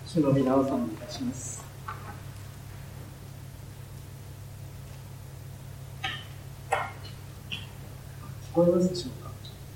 主の皆を賛美いたします。聞こえますでしょうか。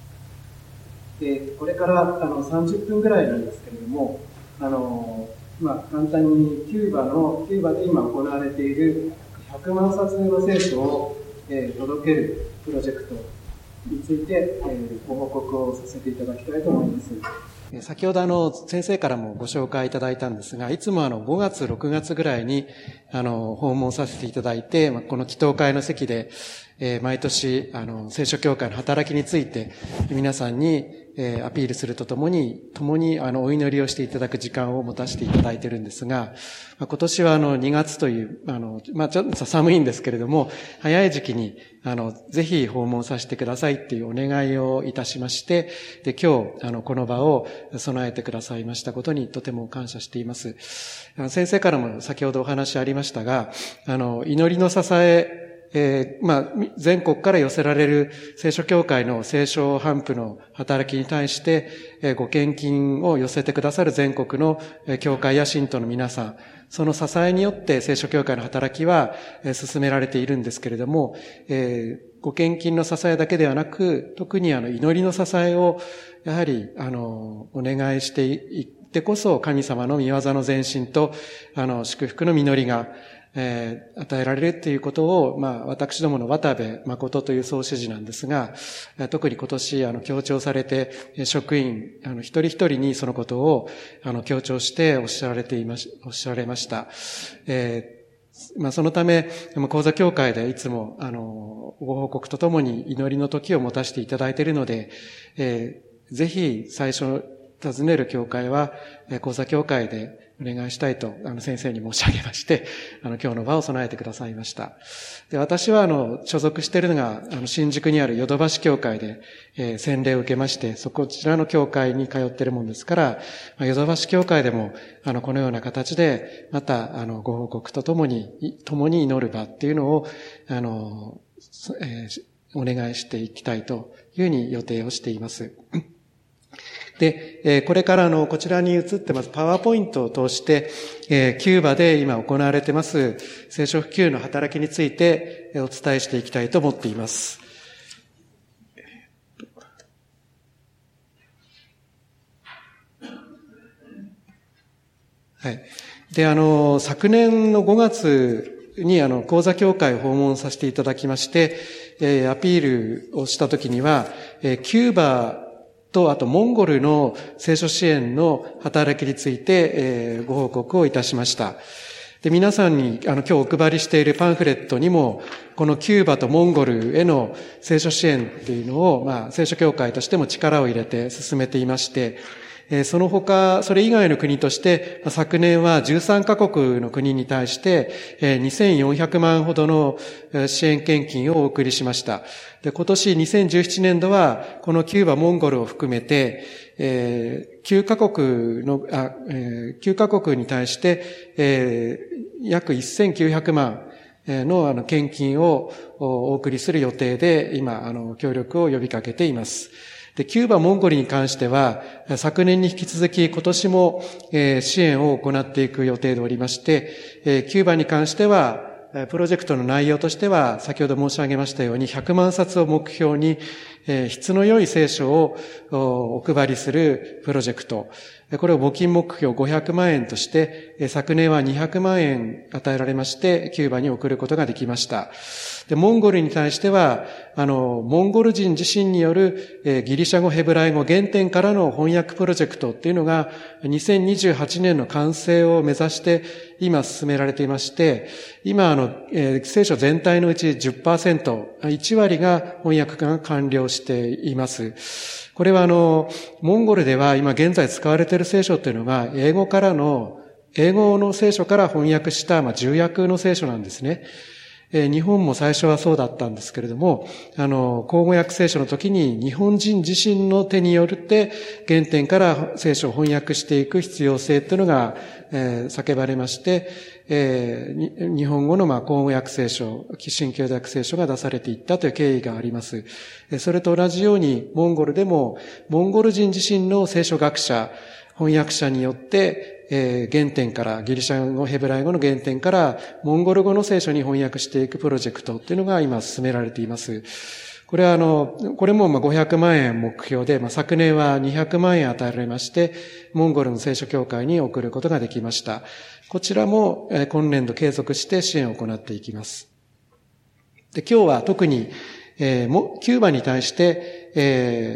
これから30分ぐらいなんですけれども、簡単にキューバで今行われている100万冊の聖書を、届けるプロジェクトについて、ご報告をさせていただきたいと思います。 先ほど先生からもご紹介いただいたんですが、いつも5月、6月ぐらいに訪問させていただいて、この祈祷会の席で、毎年聖書教会の働きについて皆さんにアピールするとともにお祈りをしていただく時間を持たせていただいているんですが、今年は2月というちょっと寒いんですけれども、早い時期にぜひ訪問させてくださいっていうお願いをいたしまして、で今日この場を備えてくださいましたことにとても感謝しています。先生からも先ほどお話ありましたが、祈りの支え、全国から寄せられる聖書教会の聖書頒布の働きに対して、ご献金を寄せてくださる全国の教会や信徒の皆さん、その支えによって聖書教会の働きは進められているんですけれども、ご献金の支えだけではなく、特に祈りの支えをやはりお願いしていってこそ、神様の御業の前進と祝福の実りが与えられるということを、私どもの渡部誠という総主事なんですが、特に今年強調されて、職員一人一人にそのことを強調しておっしゃられました。そのため、講座協会でいつもご報告とともに祈りの時を持たせていただいているので、ぜひ最初訪ねる教会は講座協会でお願いしたいと先生に申し上げまして、今日の場を備えてくださいました。で、私は所属しているのが新宿にあるヨドバシ教会で、洗礼を受けまして、こちらの教会に通っているもんですから、ヨドバシ教会でもこのような形でまたご報告とともに共に祈る場っていうのをお願いしていきたいというふうに予定をしています。で、これからこちらに映ってますパワーポイントを通して、キューバで今行われてます聖書普及の働きについてお伝えしていきたいと思っています。はい。で、昨年の5月に講座協会を訪問させていただきまして、アピールをしたときには、キューバと、あと、モンゴルの聖書支援の働きについて、ご報告をいたしました。で、皆さんに、今日お配りしているパンフレットにも、このキューバとモンゴルへの聖書支援っていうのを、聖書協会としても力を入れて進めていまして、その他、それ以外の国として、昨年は13カ国の国に対して、2400万ほどの支援献金をお送りしました。で、今年2017年度は、このキューバ、モンゴルを含めて、9カ国に対して、約1900万の献金をお送りする予定で、今、協力を呼びかけています。で、キューバ、モンゴルに関しては、昨年に引き続き今年も支援を行っていく予定でおりまして、キューバに関しては、プロジェクトの内容としては、先ほど申し上げましたように、100万冊を目標に、質の良い聖書をお配りするプロジェクト。これを募金目標500万円として、昨年は200万円与えられまして、キューバに送ることができました。で、モンゴルに対しては、モンゴル人自身による、ギリシャ語、ヘブライ語原点からの翻訳プロジェクトっていうのが、2028年の完成を目指して、今進められていまして、今、聖書全体のうち 10%、1割が翻訳が完了しています。これはモンゴルでは今現在使われている聖書というのが、英語の聖書から翻訳した、重訳の聖書なんですね。日本も最初はそうだったんですけれども、口語訳聖書の時に日本人自身の手によって原点から聖書を翻訳していく必要性というのが、叫ばれまして、日本語の口語訳聖書、新共同訳聖書が出されていったという経緯があります。それと同じようにモンゴルでも、モンゴル人自身の聖書学者、 翻訳者によって、原点から、ギリシャ語、ヘブライ語の原点から、モンゴル語の聖書に翻訳していくプロジェクトっていうのが今進められています。これはこれも500万円目標で、昨年は200万円与えられまして、モンゴルの聖書協会に送ることができました。こちらも今年度継続して支援を行っていきます。で、今日は特に、キューバに対して、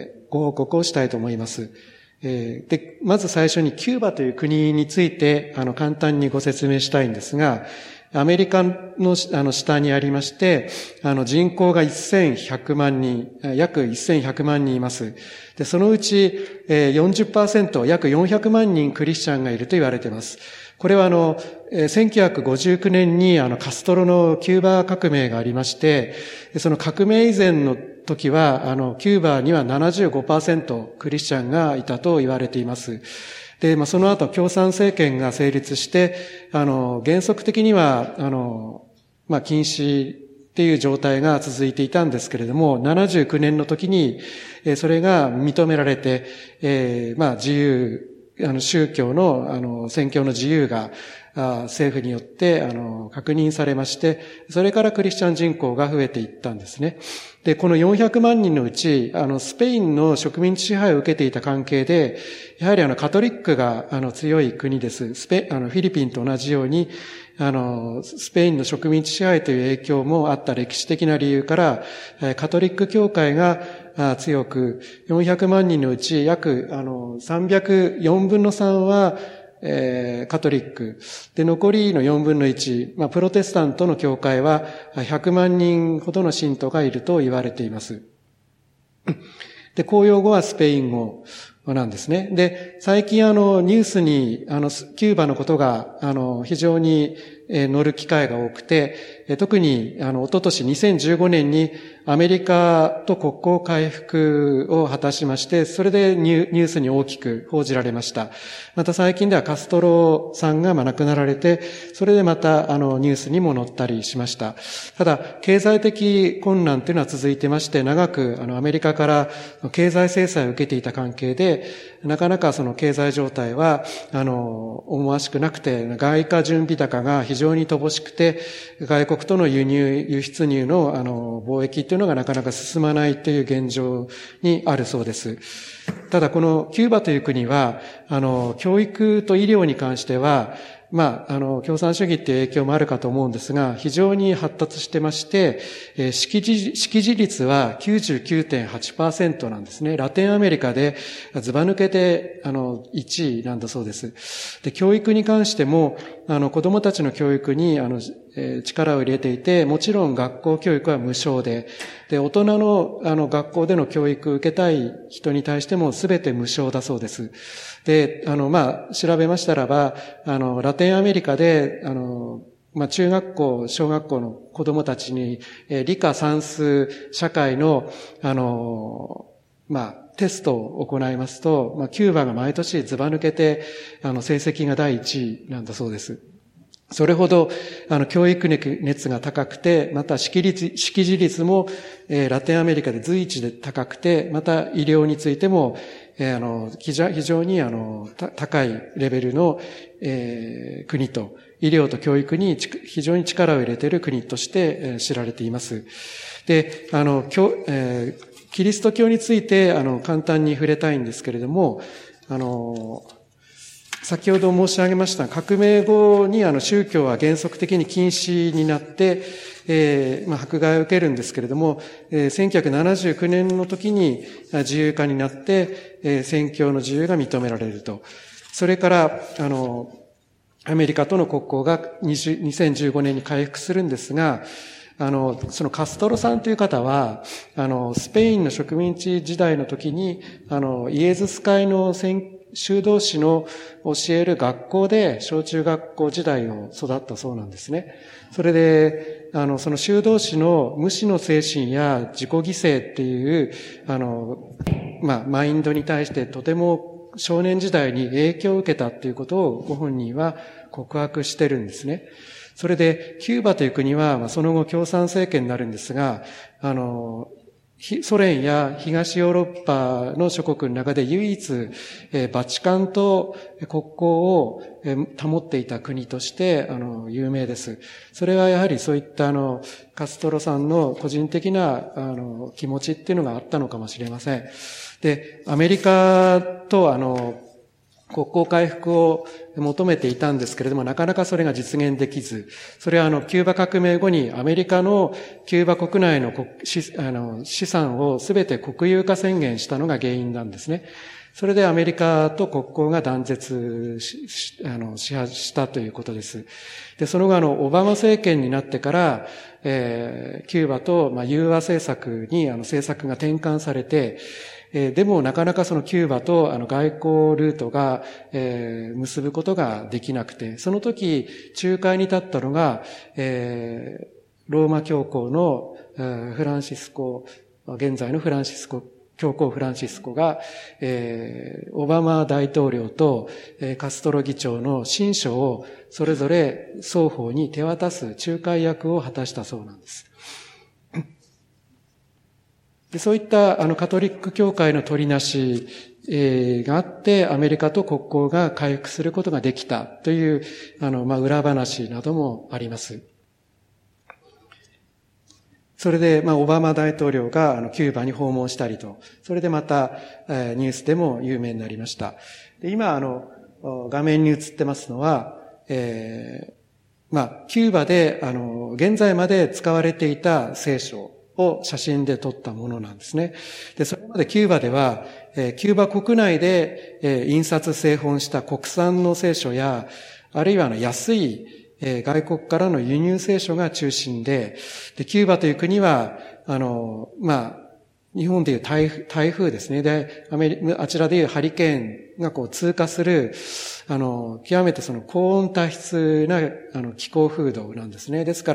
ご報告をしたいと思います。で、まず最初にキューバという国について、簡単にご説明したいんですが、アメリカの下にありまして、人口が1100万人、約1100万人います。で、そのうち、40%、約400万人クリスチャンがいると言われています。これは1959年にカストロのキューバ革命がありまして、その革命以前の時は、キューバには 75% クリスチャンがいたと言われています。で、その後共産政権が成立して、原則的には、禁止っていう状態が続いていたんですけれども、79年の時に、それが認められて、自由、宗教の、宣教の自由が、政府によって、確認されまして、それからクリスチャン人口が増えていったんですね。で、この400万人のうち、スペインの植民地支配を受けていた関係で、やはりカトリックが、強い国です。フィリピンと同じように、スペインの植民地支配という影響もあった歴史的な理由から、カトリック教会が強く、400万人のうち約、4分の3は、カトリック。で、残りの4分の1、プロテスタントの教会は100万人ほどの信徒がいると言われています。で、公用語はスペイン語なんですね。で、最近ニュースにキューバのことが非常に乗る機会が多くて、特に一昨年2015年にアメリカと国交回復を果たしまして、それでニュースに大きく報じられました。また最近ではカストロさんが亡くなられて、それでまたニュースにも載ったりしました。ただ、経済的困難というのは続いてまして、長くアメリカから経済制裁を受けていた関係で、なかなかその経済状態は思わしくなくて、外貨準備高が非常に乏しくて、外国との輸出入の貿易というのがなかなか進まないという現状にあるそうです。ただこのキューバという国は、教育と医療に関しては、共産主義っていう影響もあるかと思うんですが、非常に発達してまして、識字率は 99.8% なんですね。ラテンアメリカでずば抜けて、1位なんだそうです。で、教育に関しても、子供たちの教育に、力を入れていて、もちろん学校教育は無償で、大人の、学校での教育を受けたい人に対しても全て無償だそうです。で、調べましたらば、ラテンアメリカで、中学校、小学校の子供たちに、理科、算数、社会の、テストを行いますと、キューバが毎年ずば抜けて、成績が第一位なんだそうです。それほど、教育熱が高くて、また識字率も、ラテンアメリカで随一で高くて、また医療についても、非常に高いレベルの、国と、医療と教育に非常に力を入れている国として知られています。で、キリスト教について簡単に触れたいんですけれども、先ほど申し上げました革命後に宗教は原則的に禁止になって、迫害を受けるんですけれども、1979年の時に自由化になって、宣教の自由が認められると。それから、アメリカとの国交が2015年に回復するんですが、そのカストロさんという方は、スペインの植民地時代の時に、イエズス会の修道士の教える学校で小中学校時代を育ったそうなんですね。それで、その修道士の無私の精神や自己犠牲っていう、マインドに対してとても少年時代に影響を受けたっていうことをご本人は告白してるんですね。それで、キューバという国は、その後共産政権になるんですが、 ソ連や東ヨーロッパの諸国の中で唯一、バチカンと国交を保っていた国として、有名です。それはやはりそういったカストロさんの個人的な、気持ちっていうのがあったのかもしれません。で、アメリカと国交回復を求めていたんですけれども、なかなかそれが実現できず、それはキューバ革命後にアメリカのキューバ国内の資産をすべて国有化宣言したのが原因なんですね。それでアメリカと国交が断絶したということです。で、その後オバマ政権になってから、キューバと融和政策に政策が転換されて、でもなかなかそのキューバと外交ルートが、結ぶことができなくて、その時仲介に立ったのが、ローマ教皇のフランシスコ、現在のフランシスコ、教皇フランシスコが、オバマ大統領とカストロ議長の親書をそれぞれ双方に手渡す仲介役を果たしたそうなんです。でそういったカトリック教会の取りなしがあって、アメリカと国交が回復することができたという裏話などもあります。それでオバマ大統領がキューバに訪問したりと、それでまたニュースでも有名になりました。で今画面に映ってますのは、キューバで現在まで使われていた聖書を写真で撮ったものなんですね。で、それまでキューバでは、キューバ国内で、印刷製本した国産の聖書や、あるいは安い、外国からの輸入聖書が中心で、キューバという国は、日本でいう台風ですね。で、あちらでいうハリケーンが通過する、極めて高温多湿な、気候風土なんですね。ですから、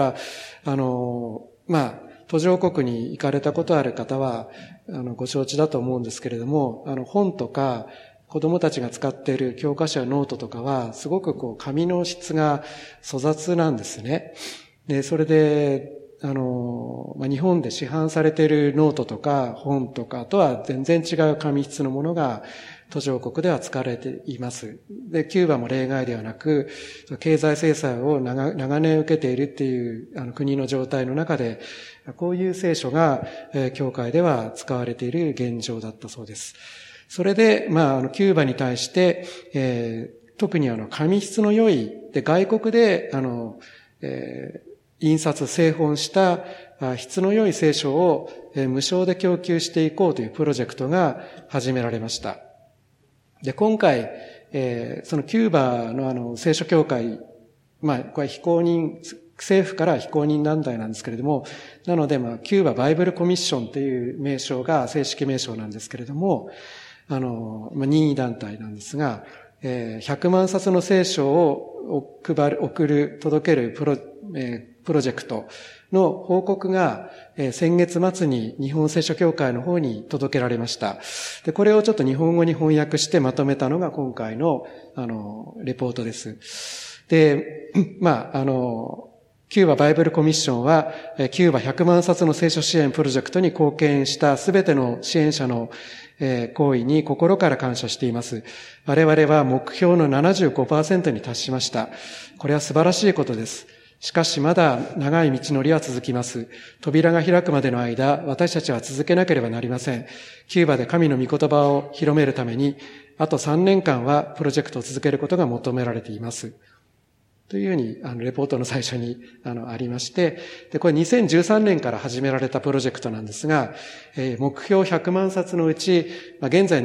途上国に行かれたことある方は、ご承知だと思うんですけれども、本とか、子供たちが使っている教科書やノートとかは、すごく紙の質が粗雑なんですね。で、それで、日本で市販されているノートとか本とかとは全然違う紙質のものが途上国では使われています。で、キューバも例外ではなく、経済制裁を長年受けているっていう国の状態の中で、こういう聖書が教会では使われている現状だったそうです。それで、キューバに対して、特に紙質の良い、で、外国で、印刷、製本した質の良い聖書を無償で供給していこうというプロジェクトが始められました。で、今回、そのキューバの聖書協会、これ非公認、政府から非公認団体なんですけれども、なので、キューババイブルコミッションという名称が正式名称なんですけれども、任意団体なんですが、100万冊の聖書を届けるプロジェクトの報告が、先月末に日本聖書協会の方に届けられました。で、これをちょっと日本語に翻訳してまとめたのが今回の、レポートです。で、キューババイブルコミッションは、キューバ100万冊の聖書支援プロジェクトに貢献したすべての支援者の行為に心から感謝しています。我々は目標の 75% に達しました。これは素晴らしいことです。しかしまだ長い道のりは続きます。扉が開くまでの間、私たちは続けなければなりません。キューバで神の御言葉を広めるために、あと3年間はプロジェクトを続けることが求められています。というように、レポートの最初に、ありまして、で、これ2013年から始められたプロジェクトなんですが、目標100万冊のうち、現在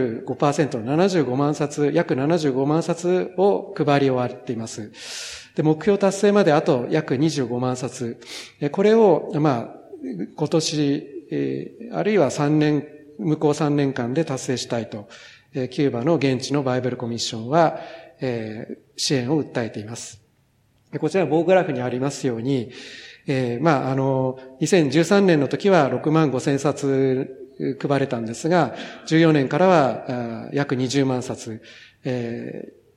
75%、75万冊、約75万冊を配り終わっています。で、目標達成まであと約25万冊。これを、今年、あるいは向こう3年間で達成したいと、キューバの現地のバイブルコミッションは、支援を訴えています。こちら棒グラフにありますように、2013年の時は6万5千冊配れたんですが、14年からは約20万冊、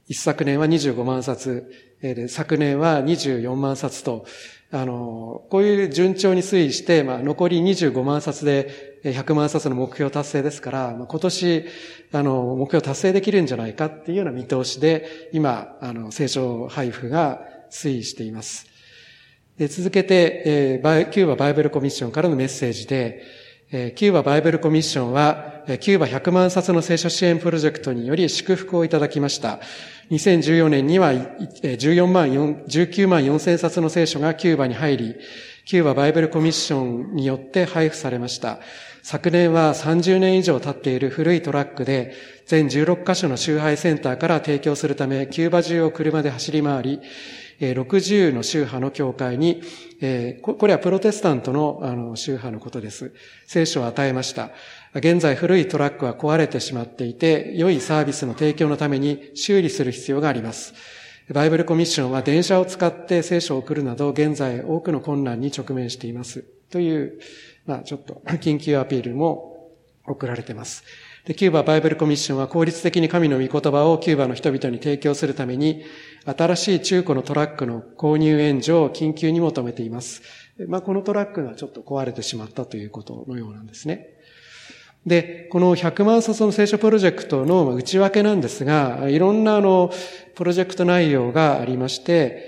一昨年は25万冊、で、昨年は24万冊と、こういう順調に推移して、残り25万冊で100万冊の目標達成ですから、今年、目標達成できるんじゃないかっていうような見通しで、今、聖書配布が推移しています。で、続けて、キューババイブルコミッションからのメッセージで、キューババイブルコミッションは、キューバ100万冊の聖書支援プロジェクトにより祝福をいただきました。2014年には19万4千冊の聖書がキューバに入り、キューババイブルコミッションによって配布されました。昨年は30年以上経っている古いトラックで、全16カ所の集配センターから提供するため、キューバ中を車で走り回り、60の宗派の教会に、これはプロテスタントの宗派のことです。聖書を与えました。現在古いトラックは壊れてしまっていて、良いサービスの提供のために修理する必要があります。バイブルコミッションは電車を使って聖書を送るなど、現在多くの困難に直面しています。という、ちょっと緊急アピールも送られています。で、キューババイブルコミッションは効率的に神の御言葉をキューバの人々に提供するために、新しい中古のトラックの購入援助を緊急に求めています。このトラックがちょっと壊れてしまったということのようなんですね。で、この100万冊の聖書プロジェクトの内訳なんですが、いろんなプロジェクト内容がありまして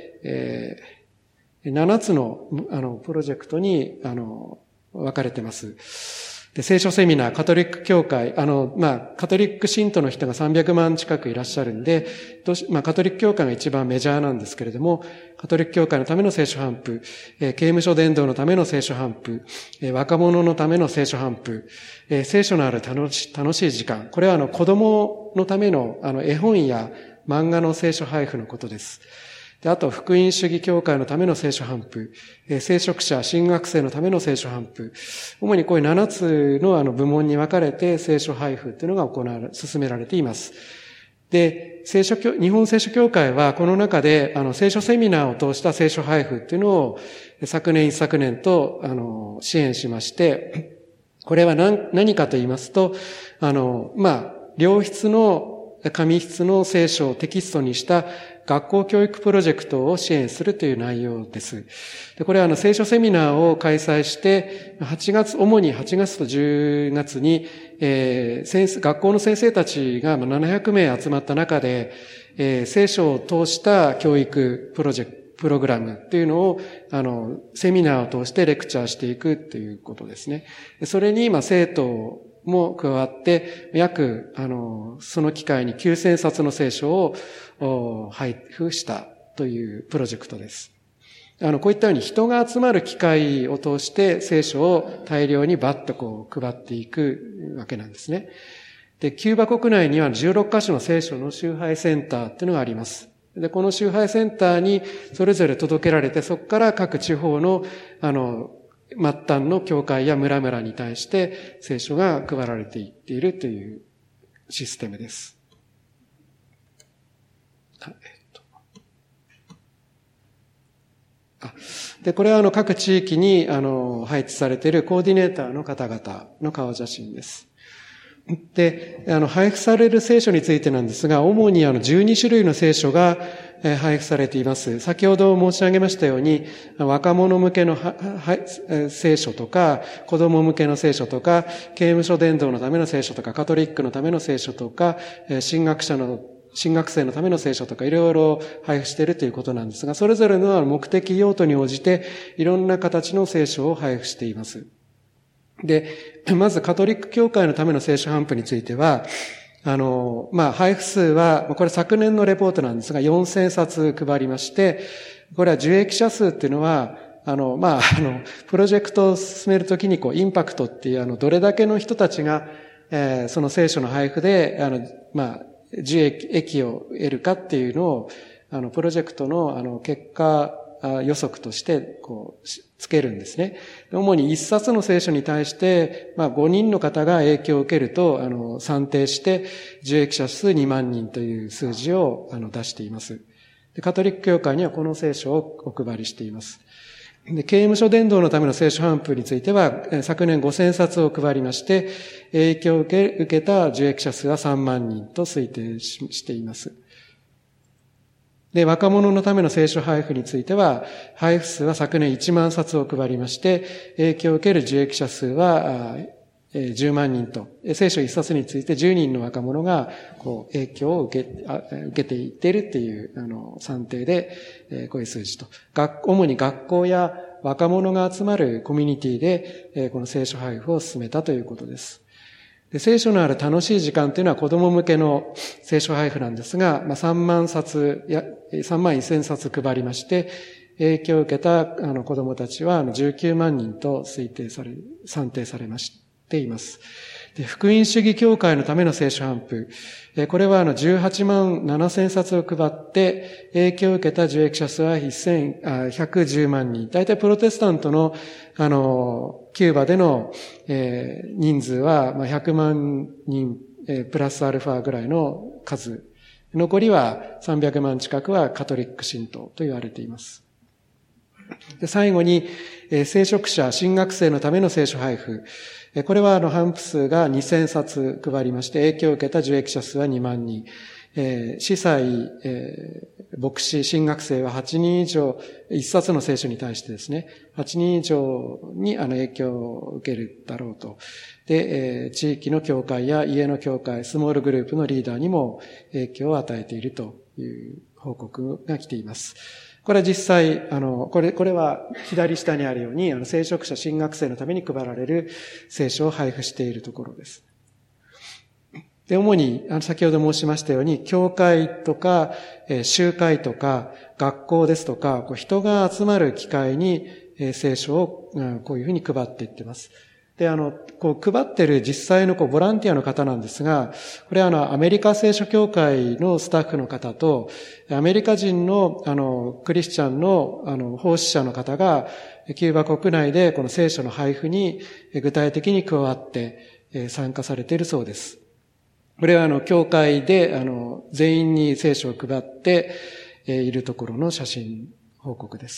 、7つのプロジェクトに分かれてます。で、聖書セミナー、カトリック教会、カトリック信徒の人が300万近くいらっしゃるんで、カトリック教会が一番メジャーなんですけれども、カトリック教会のための聖書頒布、刑務所伝道のための聖書頒布、若者のための聖書頒布、聖書のある楽しい時間。これは子供のための絵本や漫画の聖書配布のことです。で、あと、福音主義教会のための聖書頒布、聖職者、神学生のための聖書頒布、主にこういう7つの部門に分かれて聖書配布というのが進められています。で、日本聖書協会はこの中で聖書セミナーを通した聖書配布というのを昨年一昨年と支援しまして、これは何かと言いますと、良質の紙質の聖書をテキストにした学校教育プロジェクトを支援するという内容です。で、これは聖書セミナーを開催して、主に8月と10月に、学校の先生たちが700名集まった中で、聖書を通した教育プログラムっていうのを、セミナーを通してレクチャーしていくということですね。それに、生徒も加わって、その機会に9000冊の聖書を配布したというプロジェクトです。こういったように人が集まる機会を通して聖書を大量にバッと配っていくわけなんですね。で、キューバ国内には16カ所の聖書の集配センターっていうのがあります。で、この集配センターにそれぞれ届けられて、そこから各地方の、末端の教会や村々に対して聖書が配られていっているというシステムです。で、これは各地域に配置されているコーディネーターの方々の顔写真です。で、配布される聖書についてなんですが、主に12種類の聖書が配布されています。先ほど申し上げましたように、若者向けの聖書とか、子供向けの聖書とか、刑務所伝道のための聖書とか、カトリックのための聖書とか、神学生のための聖書とか、いろいろ配布しているということなんですが、それぞれの目的用途に応じて、いろんな形の聖書を配布しています。で、まずカトリック教会のための聖書頒布については、配布数は、これ昨年のレポートなんですが、4000冊配りまして、これは受益者数っていうのは、プロジェクトを進めるときにインパクトっていう、どれだけの人たちが、その聖書の配布で、受益を得るかっていうのを、プロジェクトの、結果予測として、つけるんですね。主に一冊の聖書に対して、5人の方が影響を受けると、算定して、受益者数2万人という数字を、出しています。で、カトリック教会にはこの聖書をお配りしています。で、刑務所伝道のための聖書頒布については、昨年5000冊を配りまして、影響を受けた受益者数は3万人と推定しています。 で、若者のための聖書配布については、配布数は昨年1万冊を配りまして、影響を受ける受益者数は10万人と、聖書1冊について10人の若者が影響を受けていっているっていう算定で、こういう数字と。主に学校や若者が集まるコミュニティで、この聖書配布を進めたということです。で、聖書のある楽しい時間というのは子供向けの聖書配布なんですが、3万冊や3万1000冊配りまして、影響を受けた子供たちは19万人と算定されましています。で、福音主義教会のための聖書頒布。これは18万7000冊を配って、影響を受けた受益者数は110万人。大体プロテスタントの、キューバでの、人数は、100万人、プラスアルファぐらいの数。残りは300万近くはカトリック信徒と言われています。で、最後に、聖職者、神学生のための聖書配布。これは頒布数が2000冊配りまして、影響を受けた受益者数は2万人。司祭、牧師、神学生は8人以上、1冊の聖書に対してですね、8人以上に影響を受けるだろうと。で、地域の教会や家の教会、スモールグループのリーダーにも影響を与えているという報告が来ています。これは実際、これは左下にあるように、聖職者、神学生のために配られる聖書を配布しているところです。で、主に、先ほど申しましたように、教会とか、集会とか、学校ですとか、人が集まる機会に、聖書を、こういうふうに配っていってます。で、配ってる実際のボランティアの方なんですが、これはアメリカ聖書協会のスタッフの方と、アメリカ人の、クリスチャンの、奉仕者の方が、キューバ国内でこの聖書の配布に具体的に加わって、参加されているそうです。これは教会で、全員に聖書を配っているところの写真報告です。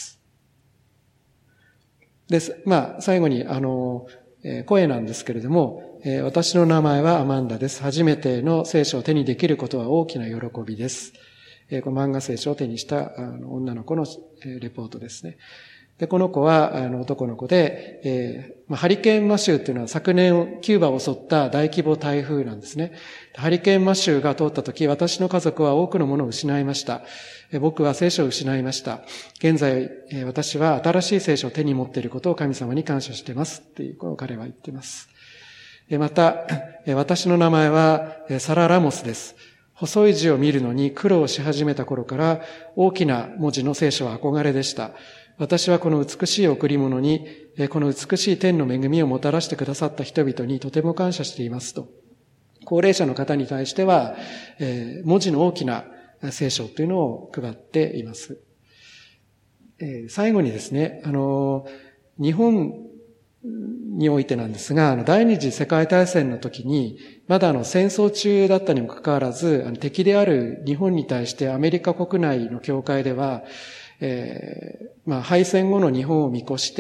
で、最後に、声なんですけれども、私の名前はアマンダです。初めての聖書を手にできることは大きな喜びです。この漫画聖書を手にした女の子のレポートですね。で、この子は男の子で、ハリケーンマシューっていうのは昨年キューバを襲った大規模台風なんですね。ハリケーンマシューが通った時、私の家族は多くのものを失いました。僕は聖書を失いました。現在、私は新しい聖書を手に持っていることを神様に感謝しています。っていうことを彼は言っています。また、私の名前はサラ・ラモスです。細い字を見るのに苦労し始めた頃から大きな文字の聖書は憧れでした。私はこの美しい贈り物に、この美しい天の恵みをもたらしてくださった人々にとても感謝していますと。高齢者の方に対しては、文字の大きな聖書というのを配っています。最後にですね、日本においてなんですが、第二次世界大戦の時に、まだ戦争中だったにもかかわらず、敵である日本に対してアメリカ国内の教会では、敗戦後の日本を見越して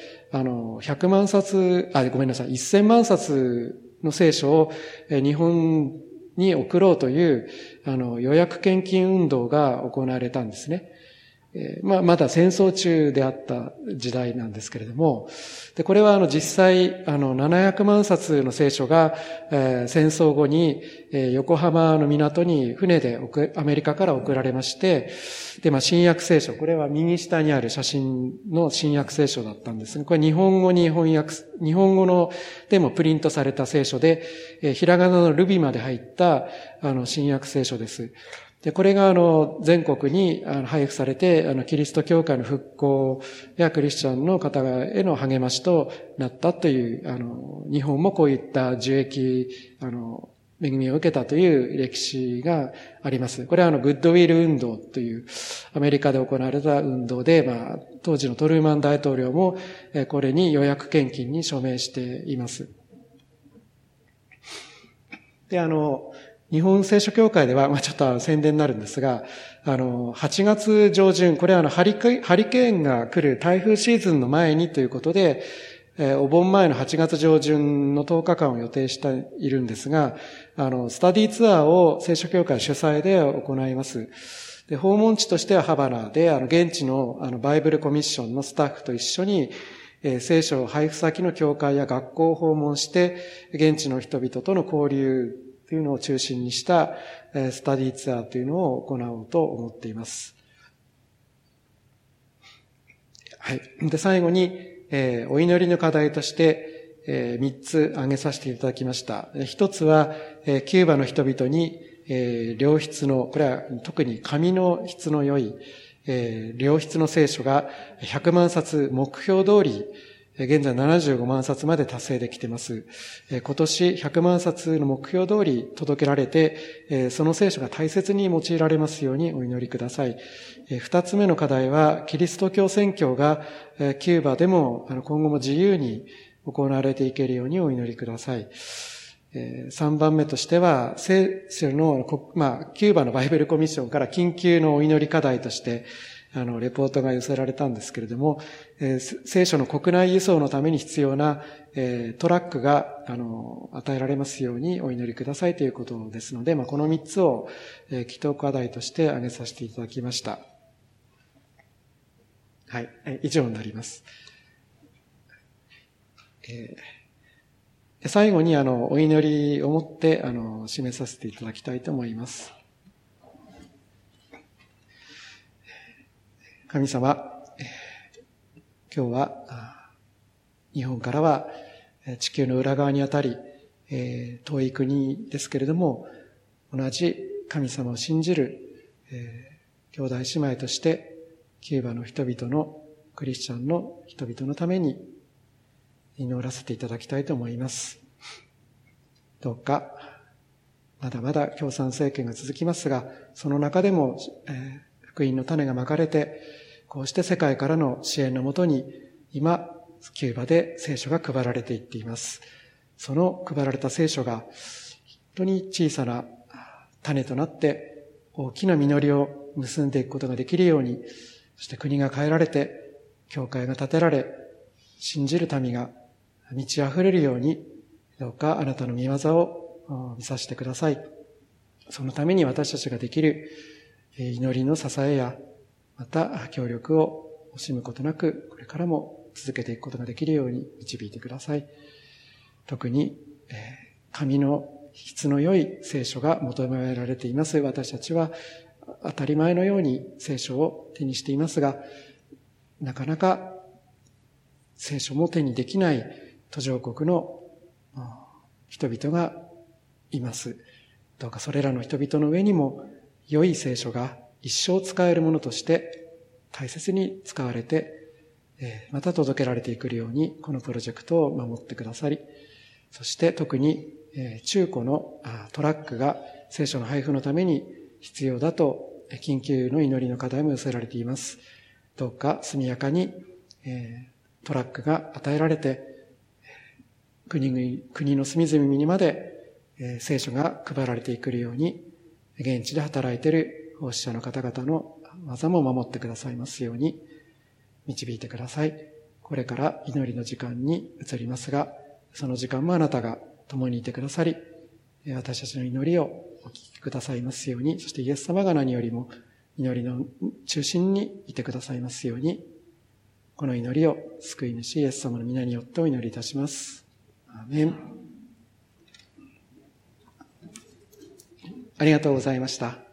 、1000万冊の聖書を日本に送ろうという予約献金運動が行われたんですね。まだ戦争中であった時代なんですけれども、で、これは実際700万冊の聖書が、戦争後に、横浜の港に船でアメリカから送られまして、で、新約聖書、これは右下にある写真の新約聖書だったんですが、これ日本語に翻訳、日本語のでもプリントされた聖書で、ひらがなのルビまで入った新約聖書です。で、これが全国に配布されて、キリスト教会の復興やクリスチャンの方への励ましとなったという、日本もこういった受益、恵みを受けたという歴史があります。これはグッドウィル運動というアメリカで行われた運動で、当時のトルーマン大統領もこれに予約献金に署名しています。で、日本聖書協会では、ちょっと宣伝になるんですが、8月上旬、これはハリケーンが来る台風シーズンの前にということで、お盆前の8月上旬の10日間を予定しているんですが、スタディツアーを聖書協会主催で行います。 で、訪問地としてはハバナで、現地のバイブルコミッションのスタッフと一緒に、聖書配布先の教会や学校を訪問して、現地の人々との交流というのを中心にしたスタディツアーというのを行おうと思っています。はい。で、最後に、お祈りの課題として、3つ挙げさせていただきました。1つは、キューバの人々に、良質の、これは特に紙の質の良い、良質の聖書が100万冊目標通り、現在75万冊まで達成できています。今年100万冊の目標通り届けられて、その聖書が大切に用いられますようにお祈りください。二つ目の課題は、キリスト教宣教がキューバでも今後も自由に行われていけるようにお祈りください。3番目としては、聖書の、キューバのバイブルコミッションから緊急のお祈り課題として、レポートが寄せられたんですけれども、聖書の国内輸送のために必要な、トラックが、与えられますようにお祈りくださいということですので、この3つを、祈祷課題として挙げさせていただきました。はい、以上になります。最後にお祈りをもって締めさせていただきたいと思います。神様、今日は日本からは地球の裏側にあたり遠い国ですけれども、同じ神様を信じる兄弟姉妹としてキューバの人々のクリスチャンの人々のために祈らせていただきたいと思います。どうか、まだまだ共産政権が続きますが、その中でも、福音の種がまかれて、こうして世界からの支援のもとに、今、キューバで聖書が配られていっています。その配られた聖書が、本当に小さな種となって、大きな実りを結んでいくことができるように、そして国が変えられて、教会が建てられ、信じる民が満ち溢れるように、どうかあなたの御業を見させてください。そのために私たちができる祈りの支えや、また協力を惜しむことなく、これからも続けていくことができるように導いてください。特に、神の質の良い聖書が求められています。私たちは当たり前のように聖書を手にしていますが、なかなか聖書も手にできない途上国の人々がいます。どうかそれらの人々の上にも良い聖書が一生使えるものとして大切に使われて、また届けられていくようにこのプロジェクトを守ってくださり、そして特に中古のトラックが聖書の配布のために必要だと緊急の祈りの課題も寄せられています。どうか速やかにトラックが与えられて、国の隅々にまで聖書が配られていくように、現地で働いている奉仕者の方々の技も守ってくださいますように導いてください。これから祈りの時間に移りますが、その時間もあなたが共にいてくださり、私たちの祈りをお聞きくださいますように、そしてイエス様が何よりも祈りの中心にいてくださいますように、この祈りを救い主イエス様の皆によってお祈りいたします。アーメン。ありがとうございました。